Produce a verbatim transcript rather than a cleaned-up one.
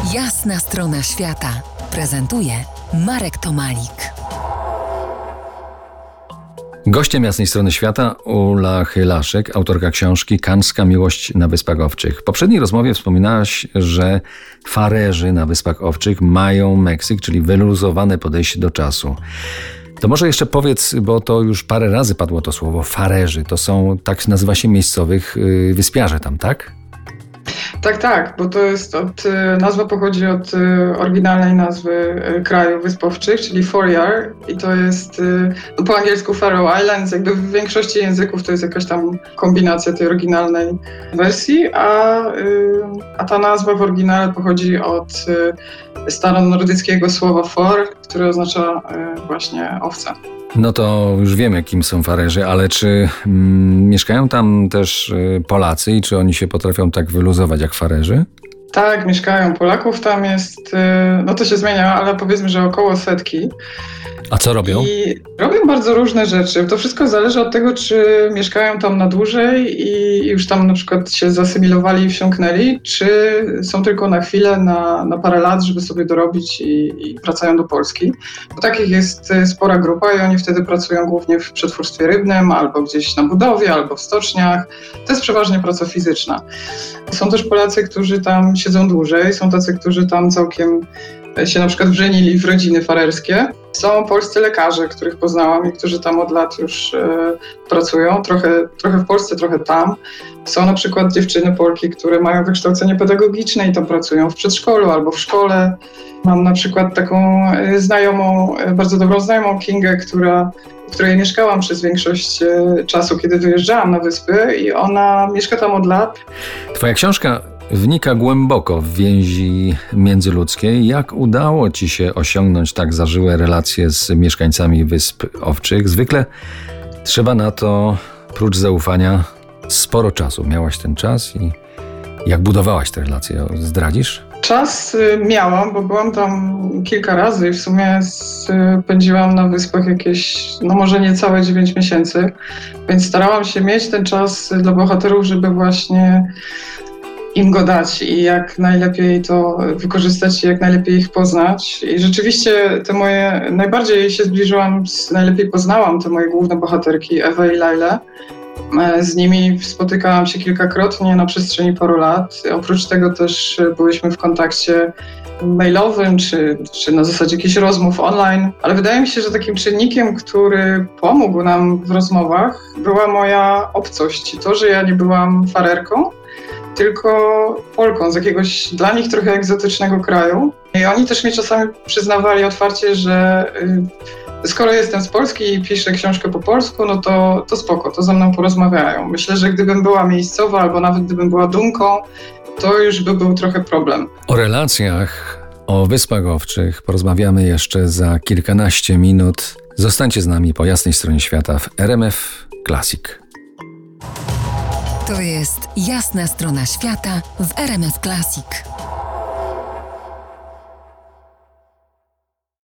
Jasna strona świata prezentuje Marek Tomalik. Gościem Jasnej Strony Świata Ula Chylaszek, autorka książki Kańska miłość na Wyspach Owczych. W poprzedniej rozmowie wspominałaś, że farerzy na Wyspach Owczych mają Meksyk, czyli wyluzowane podejście do czasu. To może jeszcze powiedz, bo to już parę razy padło to słowo, farerzy. To są, tak nazywa się miejscowych yy, wyspiarze tam, tak? Tak, tak, bo to jest od, nazwa pochodzi od oryginalnej nazwy kraju Wysp Owczych, czyli Faurear, i to jest no po angielsku Faroe Islands, jakby w większości języków to jest jakaś tam kombinacja tej oryginalnej wersji, a, a ta nazwa w oryginale pochodzi od staronordyckiego słowa for, które oznacza właśnie owce. No to już wiemy, kim są farerzy, ale czy mm, mieszkają tam też y, Polacy i czy oni się potrafią tak wyluzować jak farerzy? Tak, mieszkają. Polaków tam jest, no to się zmienia, ale powiedzmy, że około setki. A co robią? I robią bardzo różne rzeczy. To wszystko zależy od tego, czy mieszkają tam na dłużej i już tam na przykład się zasymilowali i wsiąknęli, czy są tylko na chwilę, na, na parę lat, żeby sobie dorobić i, i wracają do Polski. Bo takich jest spora grupa i oni wtedy pracują głównie w przetwórstwie rybnym, albo gdzieś na budowie, albo w stoczniach. To jest przeważnie praca fizyczna. Są też Polacy, którzy tam siedzą dłużej, są tacy, którzy tam całkiem się na przykład wżenili w rodziny farerskie. Są polscy lekarze, których poznałam i którzy tam od lat już e, pracują, trochę, trochę w Polsce, trochę tam. Są na przykład dziewczyny Polki, które mają wykształcenie pedagogiczne i tam pracują w przedszkolu albo w szkole. Mam na przykład taką znajomą, bardzo dobrą znajomą Kingę, która, w której mieszkałam przez większość czasu, kiedy wyjeżdżałam na wyspy, i ona mieszka tam od lat. Twoja książka wnika głęboko w więzi międzyludzkie. Jak udało ci się osiągnąć tak zażyłe relacje z mieszkańcami Wysp Owczych? Zwykle trzeba na to, prócz zaufania, sporo czasu. Miałaś ten czas i jak budowałaś te relacje? Zdradzisz? Czas miałam, bo byłam tam kilka razy i w sumie spędziłam na wyspach jakieś, no może nie całe dziewięć miesięcy, więc starałam się mieć ten czas dla bohaterów, żeby właśnie im go dać i jak najlepiej to wykorzystać i jak najlepiej ich poznać. I rzeczywiście te moje, najbardziej się zbliżyłam, najlepiej poznałam te moje główne bohaterki, Ewę i Lailę. Z nimi spotykałam się kilkakrotnie na przestrzeni paru lat. Oprócz tego też byliśmy w kontakcie mailowym, czy, czy na zasadzie jakichś rozmów online. Ale wydaje mi się, że takim czynnikiem, który pomógł nam w rozmowach, była moja obcość. To, że ja nie byłam farerką, tylko Polką z jakiegoś dla nich trochę egzotycznego kraju. I oni też mi czasami przyznawali otwarcie, że y, skoro jestem z Polski i piszę książkę po polsku, no to, to spoko, to ze mną porozmawiają. Myślę, że gdybym była miejscowa, albo nawet gdybym była Dunką, to już by był trochę problem. O relacjach, o Wyspach Owczych porozmawiamy jeszcze za kilkanaście minut. Zostańcie z nami po Jasnej Stronie Świata w R M F Classic. To jest Jasna Strona Świata w R M F Classic.